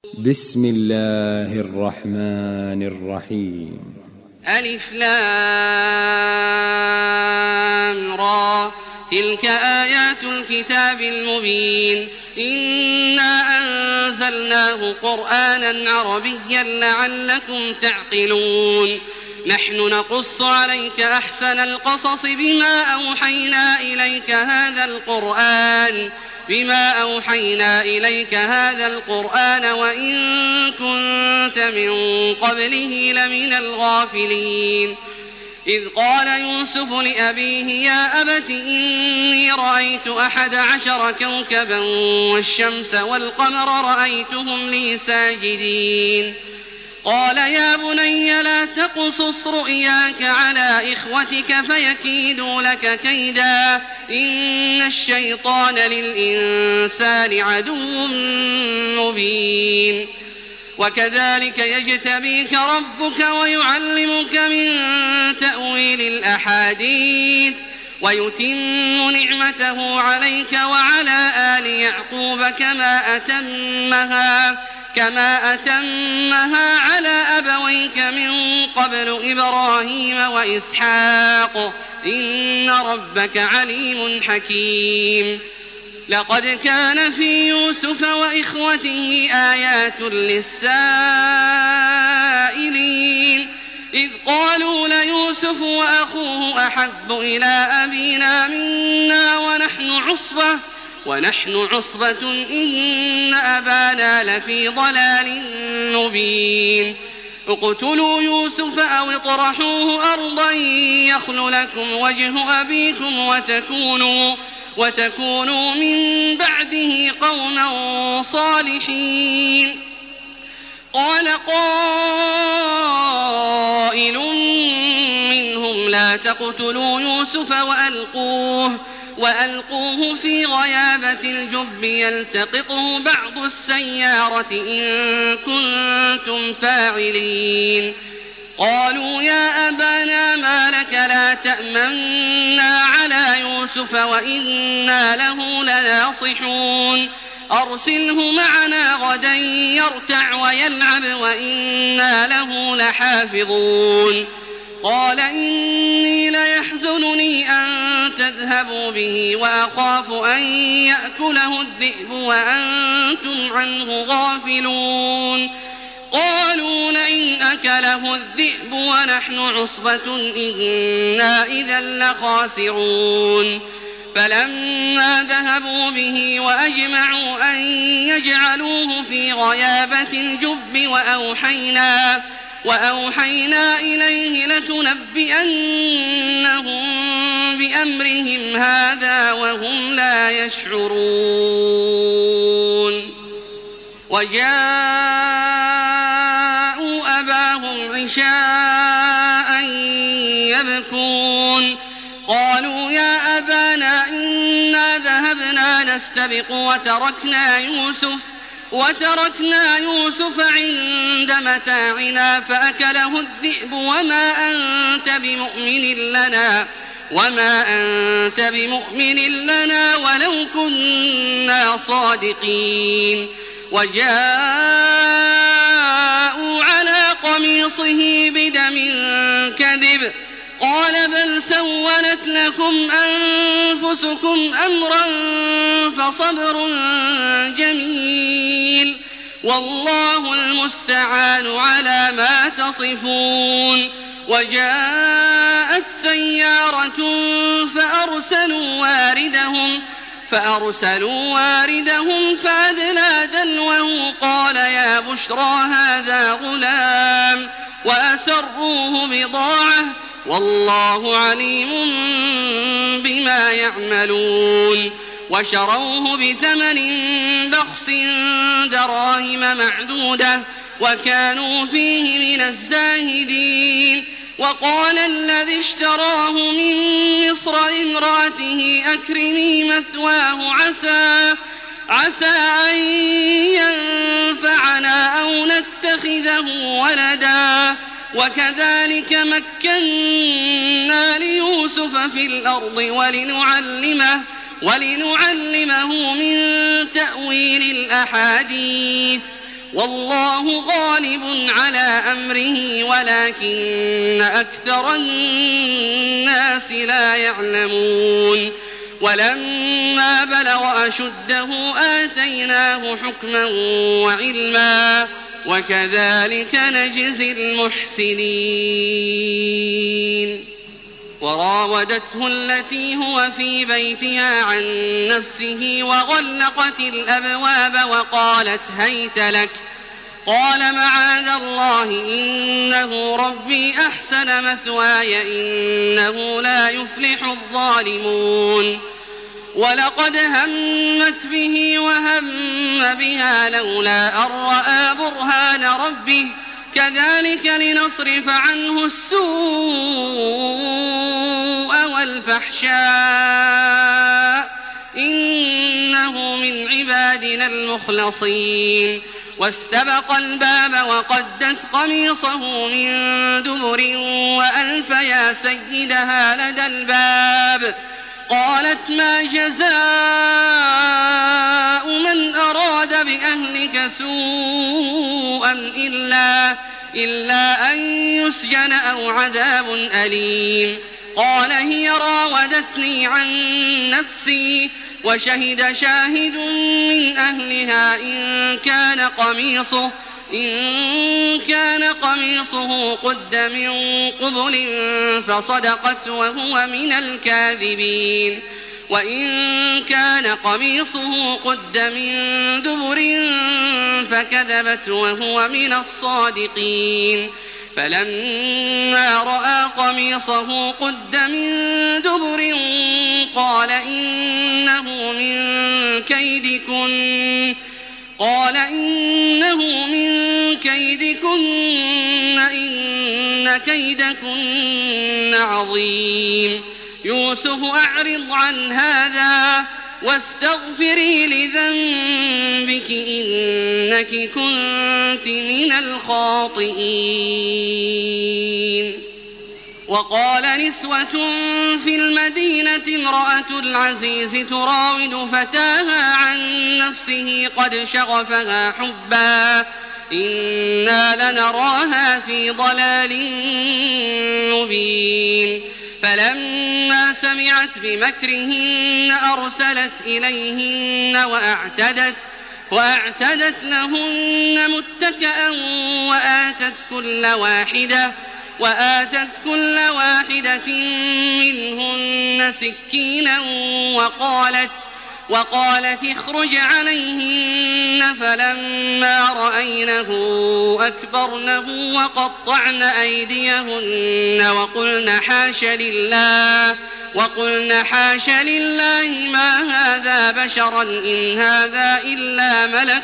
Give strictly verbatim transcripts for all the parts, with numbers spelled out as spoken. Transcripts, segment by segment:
بسم الله الرحمن الرحيم. ألف لام را تلك آيات الكتاب المبين إنا أنزلناه قرآنا عربيا لعلكم تعقلون نحن نقص عليك أحسن القصص بما أوحينا إليك هذا القرآن بما أوحينا إليك هذا القرآن وإن كنت من قبله لمن الغافلين إذ قال يوسف لأبيه يا أبت إني رأيت أحد عشر كوكبا والشمس والقمر رأيتهم لي ساجدين قال يا بني لا تقصص رؤياك على إخوتك فيكيدوا لك كيدا إن الشيطان للإنسان عدو مبين وكذلك يجتبيك ربك ويعلمك من تأويل الأحاديث ويتم نعمته عليك وعلى آل يعقوب كما أتمها كما أتمها على أبويك من قبل إبراهيم وإسحاق إن ربك عليم حكيم لقد كان في يوسف وإخوته آيات للسائلين إذ قالوا ليوسف وأخوه أحب إلى أبينا منا ونحن عصبة ونحن عصبة إن أبانا لفي ضلال مبين اقتلوا يوسف أو اطرحوه أرضا يخل لكم وجه أبيكم وتكونوا, وتكونوا من بعده قوما صالحين قال قائل منهم لا تقتلوا يوسف وألقوه وألقوه في غيابة الجب يلتقطه بعض السيارة إن كنتم فاعلين قالوا يا أبانا ما لك لا تأمنا على يوسف وإنا له لناصحون أرسله معنا غدا يرتع ويلعب وإنا له لحافظون قال إني ليحزنني أن تذهبوا به وأخاف أن يأكله الذئب وأنتم عنه غافلون قالوا لئن أكله الذئب ونحن عصبة إنا إذا لخاسرون فلما ذهبوا به وأجمعوا أن يجعلوه في غيابة الجب وأوحينا وأوحينا إليه لتنبئنهم بأمرهم هذا وهم لا يشعرون وجاءوا أباهم عشاء يبكون قالوا يا أبانا إنا ذهبنا نستبق وتركنا يوسف وتركنا يوسف عند متاعنا فأكله الذئب وما أنت بمؤمن لنا وما أنت بمؤمن لنا ولو كنا صادقين وجاءوا على قميصه بدم كذب قال بل سولت لكم أنفسكم أمرا فصبر جميل والله المستعان على ما تصفون وجاءت سيارة فأرسلوا واردهم فأرسلوا واردهم فأدلى دلوه قال يا بشرى هذا غلام وأسروه بضاعة والله عليم بما يعملون وشروه بثمن بخس دراهم معدودة وكانوا فيه من الزاهدين وقال الذي اشتراه من مصر لامرأته أكرمي مثواه عسى عسى أن ينفعنا أو نتخذه ولدا وكذلك مكنا ليوسف في الأرض ولنعلمه ولنعلمه من تأويل الأحاديث والله غالب على أمره ولكن أكثر الناس لا يعلمون ولما بلغ أشده آتيناه حكما وعلما وكذلك نجزي المحسنين وراودته التي هو في بيتها عن نفسه وغلقت الأبواب وقالت هيت لك قال معاذ الله إنه ربي أحسن مثواي إنه لا يفلح الظالمون ولقد همت به وهم بها لولا أن رأى برهان ربه كذلك لنصرف عنه السوء والفحشاء إنه من عبادنا المخلصين واستبق الباب وقدت قميصه من دبر وألف يا سيدها لدى الباب قالت ما جزاء من أراد بأهلك سوءا إلا, إلا أن يسجن أو عذاب أليم قال هي راودتني عن نفسي وشهد شاهد من أهلها إن كان قميصه إن كان قميصه قد من قبل فصدقت وهو من الكاذبين وإن كان قميصه قد من دبر فكذبت وهو من الصادقين فلما رأى قميصه قد من دبر قال إنه من كيدكن قال إنه من كيدكن إن كيدكن عظيم يوسف أعرض عن هذا واستغفري لذنبك إنك كنت من الخاطئين وقال نسوة في المدينة امرأة العزيز تراود فتاها عن نفسه قد شغفها حبا إنا لنراها في ضلال مبين فلما سمعت بمكرهن أرسلت إليهن وأعتدت, وأعتدت لهن متكئا وآتت كل واحدة وآتت كل واحدة منهن سكينا وقالت وقالت اخرج عليهن فلما رأينه أكبرنه وقطعن أيديهن وقلن حاش لله وقلن حاش لله ما هذا بشرا إن هذا إلا ملك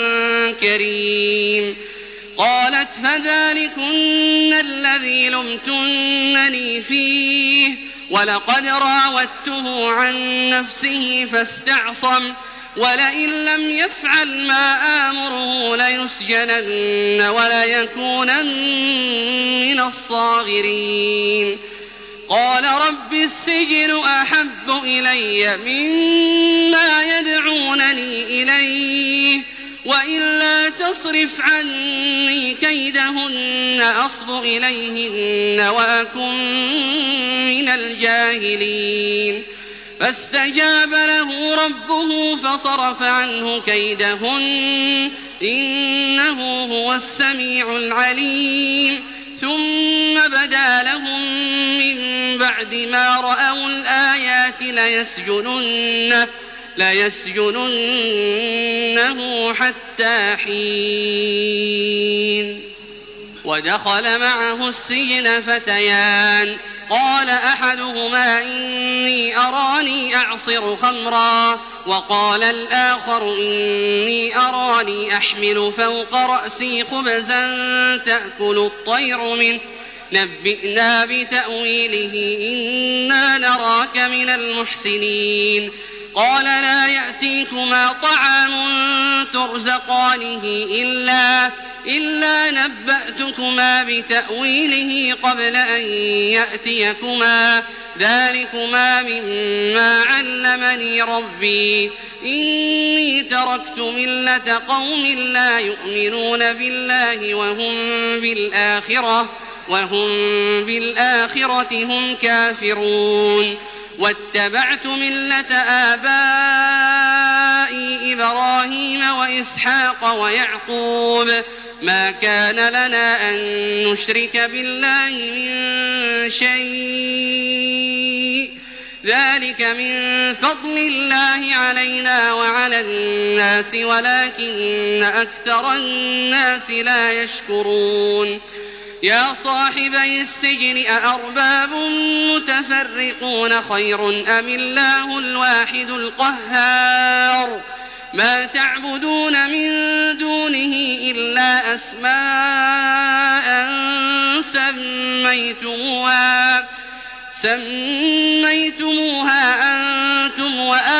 كريم قالت فذلكن الذي لمتنني فيه ولقد راودته عن نفسه فاستعصم ولئن لم يفعل ما آمره ليسجنن وليكونن من الصاغرين قال رب السجن أحب إلي مما يدعونني إليه وإلا تصرف عني كيدهن أصب إليهن وأكن من الجاهلين فاستجاب له ربه فصرف عنه كيدهن إنه هو السميع العليم ثم بدا لهم من بعد ما رأوا الآيات ليسجننه ليسجننه حتى حين ودخل معه السجن فتيان قال أحدهما إني أراني أعصر خمرا وقال الآخر إني أراني أحمل فوق رأسي خبزا تأكل الطير منه نبئنا بتأويله إنا نراك من المحسنين قال لا يأتيكما طعام ترزقانه إلا, إلا نبأتكما بتأويله قبل أن يأتيكما ذلكما مما علمني ربي إني تركت ملة قوم لا يؤمنون بالله وهم بالآخرة وهم بالآخرة هم كافرون واتبعت ملة آبائي إبراهيم وإسحاق ويعقوب ما كان لنا أن نشرك بالله من شيء ذلك من فضل الله علينا وعلى الناس ولكن أكثر الناس لا يشكرون يا صاحبي السجن أأرباب متفرقون خير أم الله الواحد القهار ما تعبدون من دونه إلا أسماء سميتموها سميتموها أنتم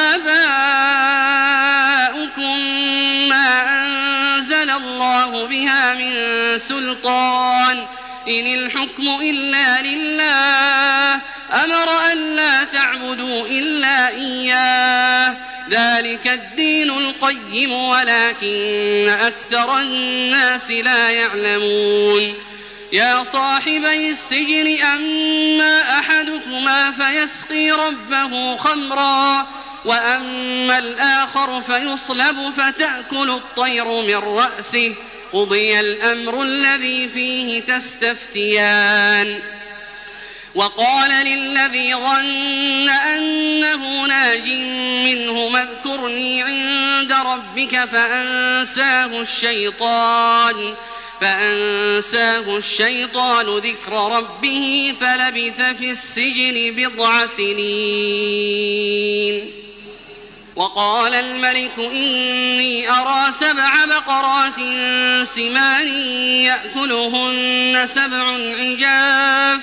وآباؤكم ما أنزل الله بها من سلطان إن الحكم إلا لله أمر أن لا تعبدوا إلا إياه ذلك الدين القيم ولكن أكثر الناس لا يعلمون يا صاحبي السجن أما أحدكما فيسقي ربه خمرا وأما الآخر فيصلب فتأكل الطير من رأسه قضي الأمر الذي فيه تستفتيان وقال للذي ظن أنه ناج منه اذكرني عند ربك فأنساه الشيطان فأنساه الشيطان ذكر ربه فلبث في السجن بضع سنين وقال الملك إني أرى سبع بقرات سمان يأكلهن سبع عجاف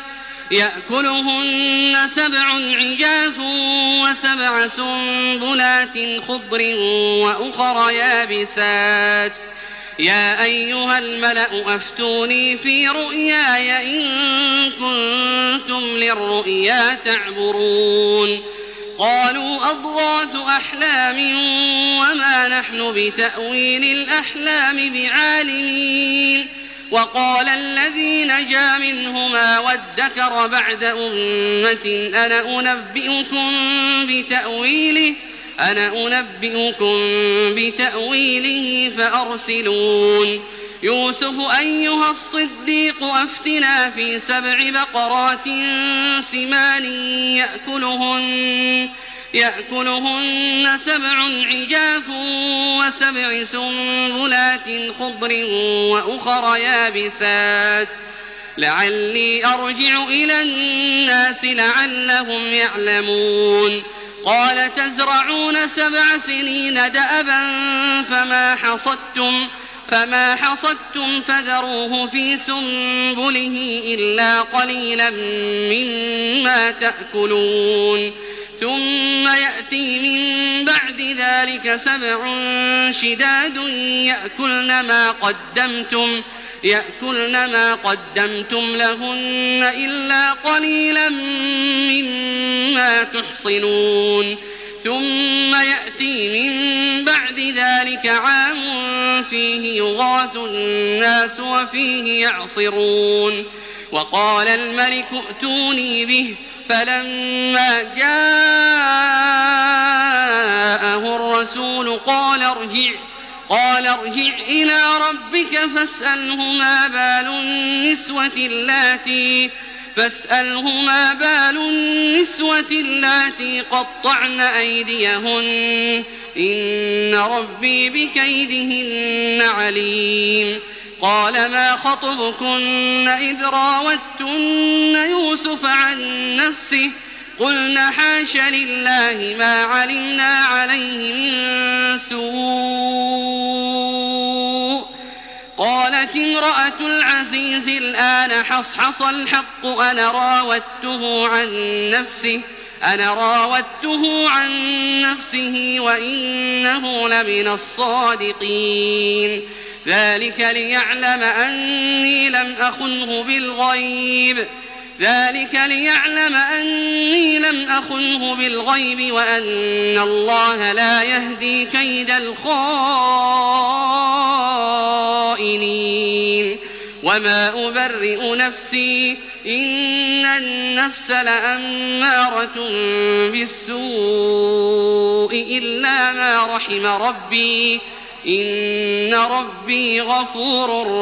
يأكلهن سبع عجاف وسبع سنبلات خضر وأخر يابسات يا أيها الملأ أفتوني في رؤياي إن كنتم للرؤيا تعبرون قالوا أضغاث أحلام وما نحن بتأويل الأحلام بعالمين وقال الذي نجا منهما وادكر بعد أمة أنا أنبئكم بتأويله أنا أنبئكم بتأويله فأرسلون يوسف أيها الصديق أفتنا في سبع بقرات سمان يأكلهن يأكلهن سبع عجاف وسبع سنبلات خضر وأخر يابسات لعلي أرجع إلى الناس لعلهم يعلمون قال تزرعون سبع سنين دأبا فما حصدتم فما حصدتم فذروه في سنبله إلا قليلا مما تأكلون ثم يأتي من بعد ذلك سبع شداد يأكلن ما قدمتم يأكلن ما قدمتم لهن إلا قليلا مما تحصنون ثم يأتي من بعد ذلك عام فيه يغاث الناس وفيه يعصرون وقال الملك ائتوني به فلما جاءه الرسول قال ارجع قال ارجع إلى ربك فاسأله ما بال النسوة اللاتي فاسأله ما بال النسوة اللاتي قطعن أيديهن إن ربي بكيدهن عليم قال ما خطبكن إذ راوتن يوسف عن نفسه قلنا حاش لله ما علمنا عليه من سوء قالت امرأة العزيز الآن حصحص الحق أنا راودته عن نفسه أنا راودته عن نفسه وإنه لمن الصادقين ذلك ليعلم أني لم أخنه بالغيب ذلك ليعلم أني لم أخنه بالغيب وأن الله لا يهدي كيد الخائنين وما أبرئ نفسي إن النفس لأمارة بالسوء إلا ما رحم ربي إن ربي غفور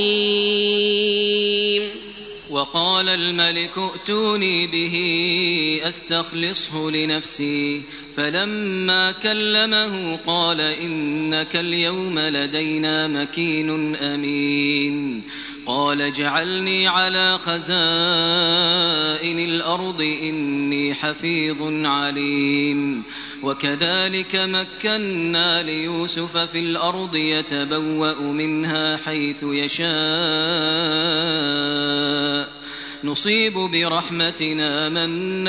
رحيم. وقال الملك ائتوني به أستخلصه لنفسي فلما كلمه قال إنك اليوم لدينا مكين أمين. قال اجعلني على خزائن الأرض إني حفيظ عليم. وكذلك مكنا ليوسف في الأرض يتبوأ منها حيث يشاء نصيب برحمتنا من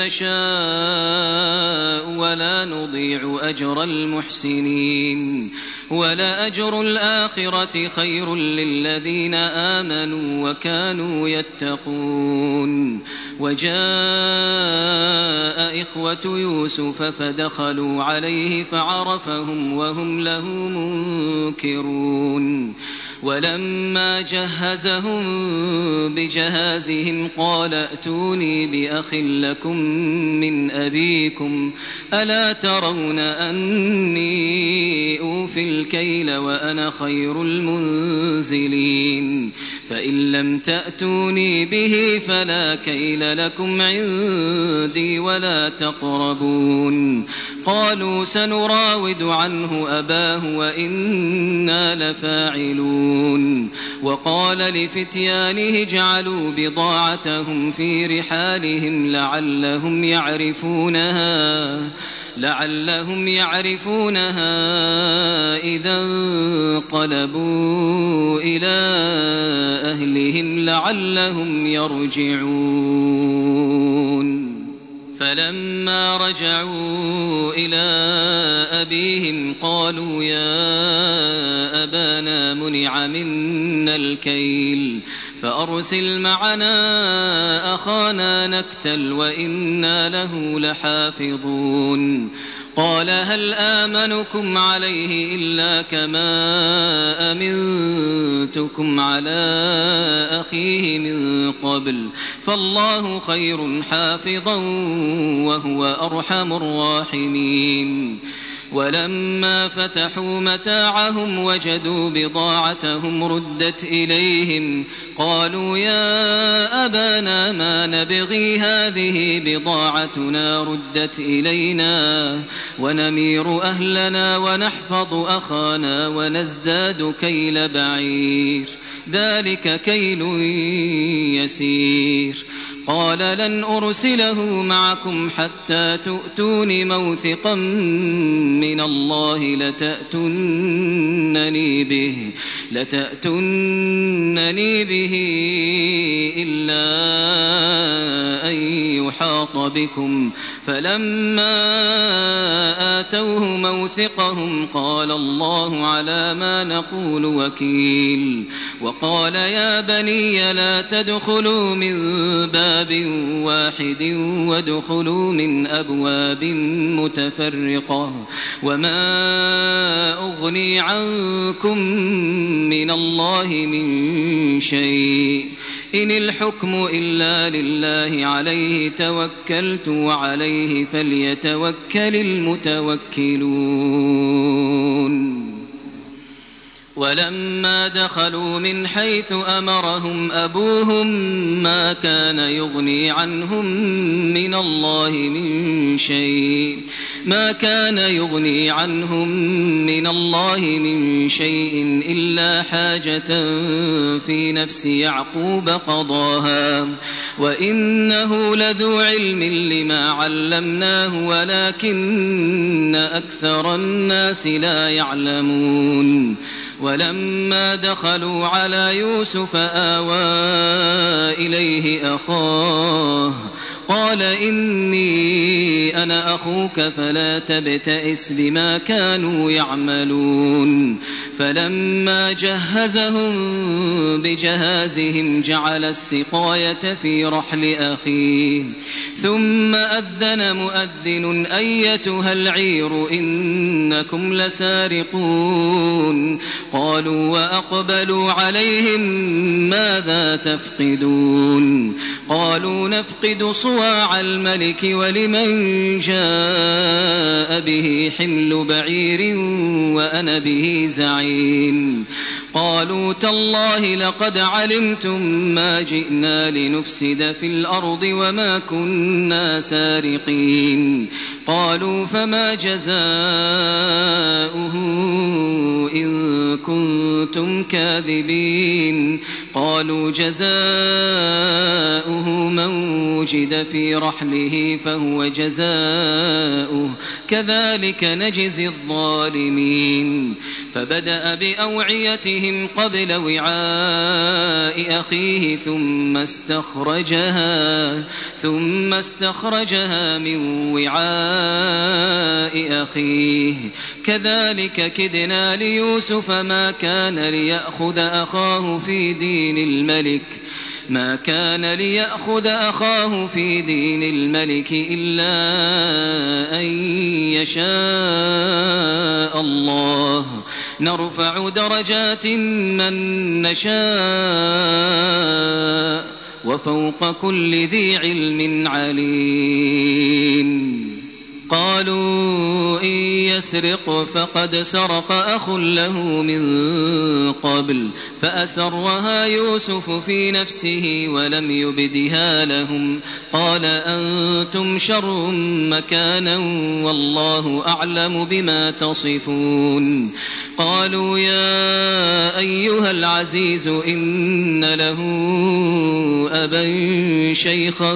نشاء ولا نضيع أجر المحسنين ولأجر الآخرة خير للذين آمنوا وكانوا يتقون. وجاء إخوة يوسف فدخلوا عليه فعرفهم وهم له منكرون. ولما جهزهم بجهازهم قال ائتوني بأخ لكم من أبيكم ألا ترون أني أوفي الكيل وأنا خير المنزلين فإن لم تأتوني به فلا كيل لكم عندي ولا تقربون. قالوا سنراود عنه أباه وإنا لفاعلون. وقال لفتيانه اجعلوا بضاعتهم في رحالهم لعلهم يعرفونها لعلهم يعرفونها إذا انقلبوا إلى أهلهم لعلهم يرجعون. فلما رجعوا إلى أبيهم قالوا يا أبانا منع منا الكيل فأرسل معنا أخانا نكتل وإنا له لحافظون. قال هل آمنكم عليه إلا كما أمنتكم على أخيه من قبل فالله خير حافظا وهو أرحم الراحمين. ولما فتحوا متاعهم وجدوا بضاعتهم ردت إليهم قالوا يا أبانا ما نبغي هذه بضاعتنا ردت إلينا ونمير أهلنا ونحفظ أخانا ونزداد كيل بعير ذلك كيل يسير. قال لن أرسله معكم حتى تؤتون موثقا من الله لتأتونني به لتأتونني به إلا أن يحاط بكم. فلما آتوه موثقهم قال الله على ما نقول وكيل. وقال يا بني لا تدخلوا من باب واحد وادخلوا من أبواب متفرقة وما أغني عنكم من الله من شيء إن الحكم إلا لله عليه توكلت وعليه فليتوكل المتوكلون. ولما دخلوا من حيث أمرهم أبوهم ما كان يغني عنهم من الله من شيء ما كان يغني عنهم من الله من شيء إلا حاجة في نفس يعقوب قضاها وإنه لذو علم لما علمناه ولكن أكثر الناس لا يعلمون. ولما دخلوا على يوسف آوى إليه أخاه قال إني أنا أخوك فلا تبتئس بما كانوا يعملون فلما جهزهم بجهازهم جعل السقاية في رحل أخيه ثم أذن مؤذن أيتها العير إنكم لسارقون قالوا وأقبلوا عليهم ماذا تفقدون قالوا نفقد صواع الملك ولمن جاء به حمل بعير وأنا به زعيم قالوا تالله لقد علمتم ما جئنا لنفسد في الأرض وما كنا سارقين قالوا فما جزاؤه إن كنتم كاذبين قالوا جزاؤه من وجد في رحله فهو جزاؤه كذلك نجزي الظالمين فبدأ بأوعيتهم قبل وعاء أخيه ثم استخرجها ثم استخرجها من وعاء أخيه كذلك كدنا ليوسف ما كان ليأخذ أخاه في دين الملك ما كان ليأخذ أخاه في دين الملك إلا أن يشاء الله نرفع درجات من نشاء وفوق كل ذي علم عليم قالوا إن يسرق فقد سرق أخ له من قبل فأسرها يوسف في نفسه ولم يبدها لهم قال أنتم شر مكانا والله أعلم بما تصفون قالوا يا أيها العزيز إن له أبا شيخا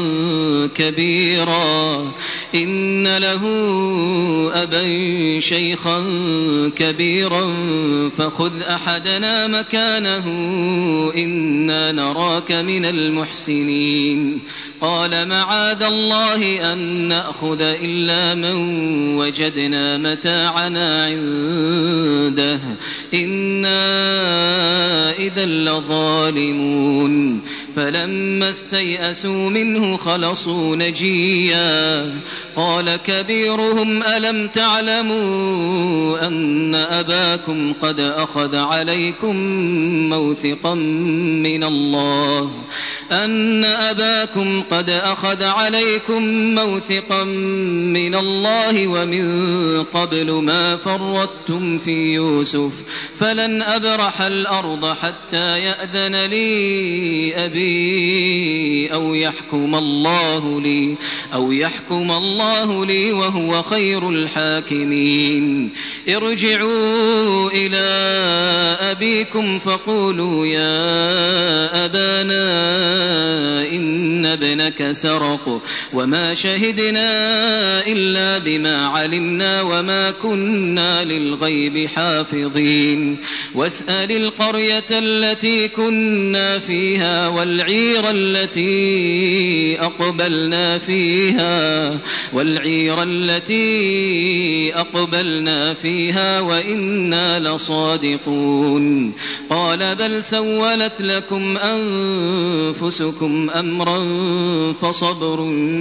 كبيرا إن له أبا شيخا كبيرا فخذ أحدنا مكانه إنا نراك من المحسنين قال معاذ الله أن نأخذ إلا من وجدنا متاعنا عنده إنا إذا لظالمون فلما استيئسوا منه خلصوا نجيا قال كبيرهم ألم تعلموا أن أباكم قد أخذ عليكم موثقا من الله أن أباكم قد أخذ عليكم موثقا من الله ومن قبل ما فرطتم في يوسف فلن أبرح الأرض حتى يأذن لي أبي أو يحكم الله لي أو يحكم الله لي وهو خير الحاكمين ارجعوا إلى أبيكم فقولوا يا أبانا إن ابنك سرق وما شهدنا إلا بما علمنا وما كنا للغيب حافظين واسأل القرية التي كنا فيها والعير التي أقبلنا فيها والعير التي أقبلنا فيها وإنا لصادقون قال بل سولت لكم أنفسكم أمرا فصبر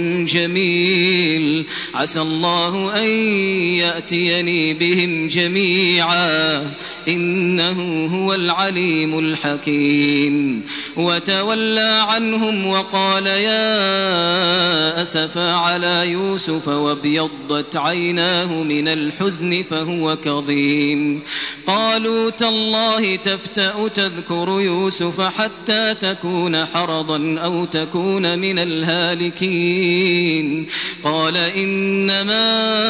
جميل عسى الله أن يأتيني بهم جميعا إنه هو العليم الحكيم وتولى عنهم وقال يا أسفا على يوسف وابيضت عيناه من الحزن فهو كظيم قالوا تالله تفتأ تذكر يوسف حتى تكون حرضا أو تكون من الهالكين قال إنما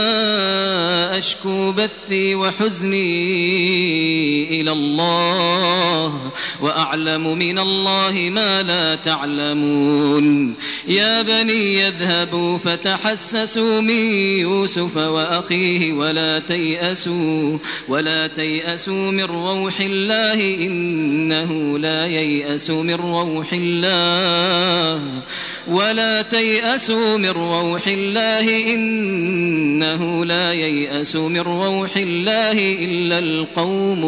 أشكو بثي وحزني إلى الله وأعلم من الله ما لا تعلمون يا بني يذهبوا فتحسسوا من يوسف وأخيه ولا تيأسوا ولا تيأسوا من روح الله إنه لا ييأس من روح الله ولا تيأسوا من روح الله إنه لا ييأس من روح الله إلا القوم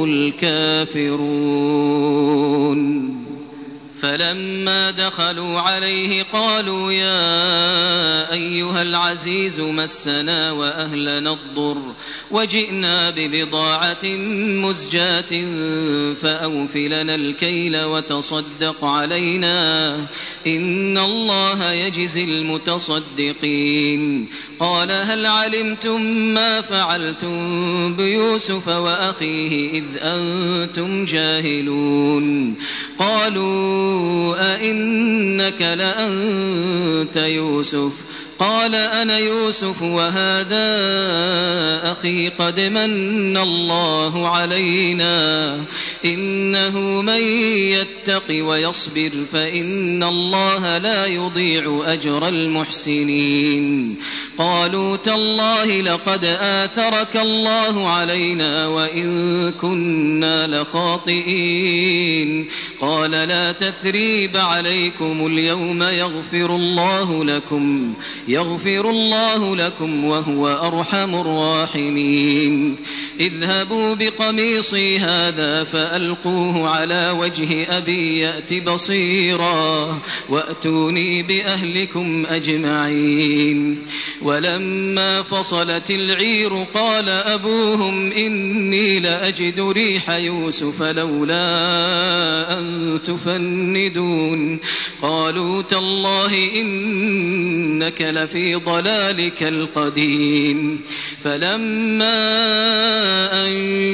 الكافرون. فلما دخلوا عليه قالوا يا أيها العزيز مسنا وأهلنا الضر وجئنا ببضاعة مزجاة فأوف لنا الكيل وتصدق علينا إن الله يجزي المتصدقين. قال هل علمتم ما فعلتم بيوسف وأخيه إذ أنتم جاهلون؟ قالوا أئنك لأنت يوسف؟ قال أنا يوسف وهذا أخي قد من الله علينا إنه من يتق ويصبر فإن الله لا يضيع أجر المحسنين. قالوا تالله لقد آثرك الله علينا وإن كنا لخاطئين. قال لا تثريب عليكم اليوم يغفر الله لكم يغفر الله لكم وهو أرحم الراحمين. اذهبوا بقميصي هذا فألقوه على وجه أبي يأت بصيرا وأتوني بأهلكم أجمعين. ولما فصلت العير قال أبوهم إني لأجد ريح يوسف لولا أن تفندون. قالوا تالله إنك لفي ضلالك القديم. فلما أن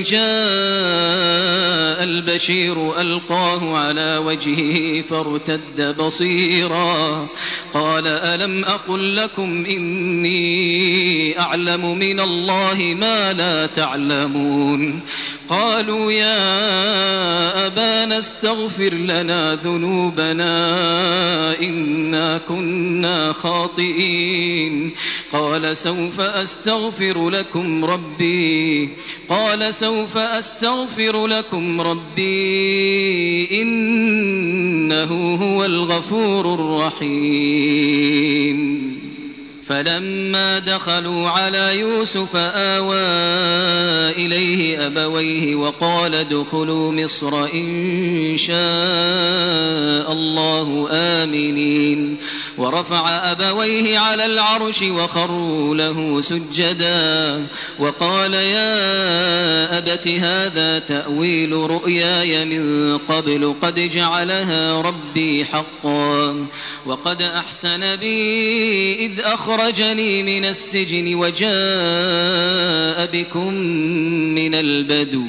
جاء البشير ألقاه على وجهه فارتد بصيرا قال ألم أقل لكم إني أعلم من الله ما لا تعلمون؟ قالوا يا أبانا استغفر لنا ذنوبنا إنا كنا خاطئين. قال سوف أستغفر لكم ربي قال سوف أستغفر لكم ربي إنه هو الغفور الرحيم. فلما دخلوا على يوسف آوى إليه أبويه وقال ادخلوا مصر إن شاء الله آمنين. ورفع أبويه على العرش وخروا له سجدا وقال يا أبت هذا تأويل رؤياي من قبل قد جعلها ربي حقا وقد أحسن بي إذ أخرجني من السجن وجاء بكم من البدو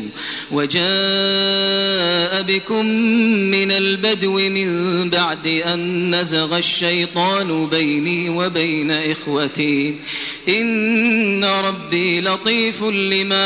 وجاء بكم من البدو من بعد أن نزغ الشيطان بيني وبين إخوتي إن ربي لطيف لما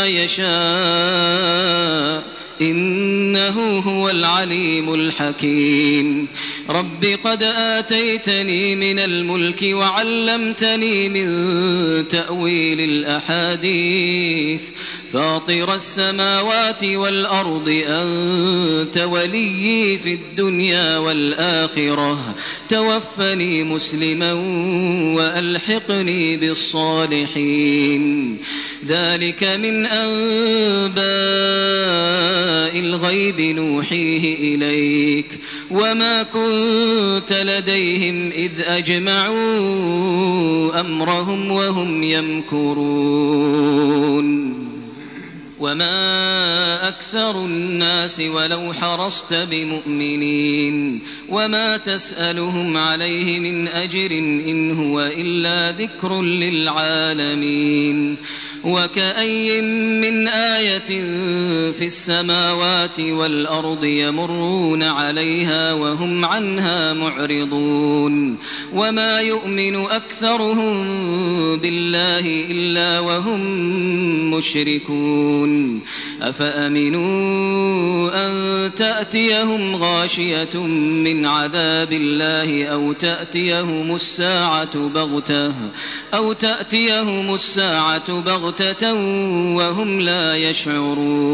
يشاء إنه هو العليم الحكيم. رب قد آتيتني من الملك وعلمتني من تأويل الأحاديث فاطر السماوات والأرض أنت وليي في الدنيا والآخرة توفني مسلما وألحقني بالصالحين. ذلك من أنباء الغيب نوحيه إليك وما كنت لديهم إذ أجمعوا أمرهم وهم يمكرون. وما أكثر الناس ولو حرصت بمؤمنين وما تسألهم عليه من أجر إن هو إلا ذكر للعالمين. وكأي من آية في السماوات والأرض يمرون عليها وهم عنها معرضون. وما يؤمن أكثرهم بالله إلا وهم مشركون. أفأمنوا أن تأتيهم غاشية من عذاب الله أو تأتيهم الساعة بغتة أو تأتيهم الساعة بغتة وهم لا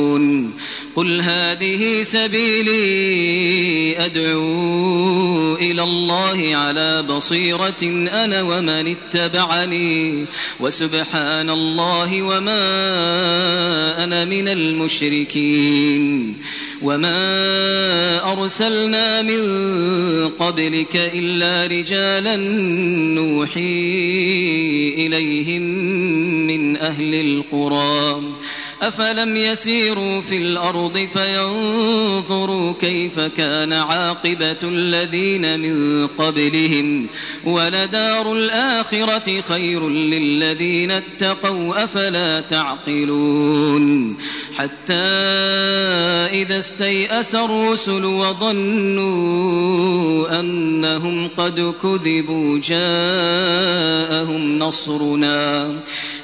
يشعرون. قل هذه سبيلي أدعو إلى إلى الله على بصيرة أنا ومن اتبعني وسبحان الله وما أنا من المشركين وما أرسلنا من قبلك إلا رجالا نوحي إليهم من أهل القرى أفلم يسيروا في الأرض فينظروا كيف كان عاقبة الذين من قبلهم ولدار الآخرة خير للذين اتقوا أفلا تعقلون حتى إذا استيأس الرسل وظنوا أنهم قد كذبوا جاءهم نصرنا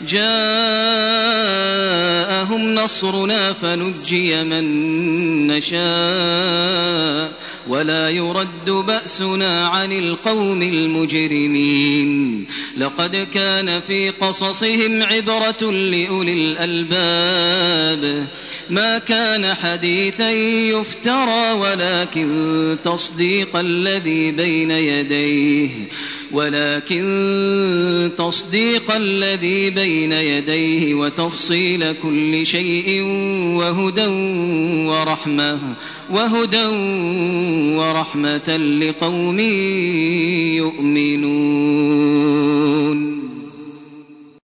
جاءهم نصرنا فنجي من نشاء ولا يرد بأسنا عن القوم المجرمين لقد كان في قصصهم عبرة لأولي الألباب ما كان حديثا يفترى ولكن تصديق الذي بين يديه ولكن تصديق الذي بين يديه وتفصيل كل شيء وهدى ورحمة وهدى ورحمة لقوم يؤمنون.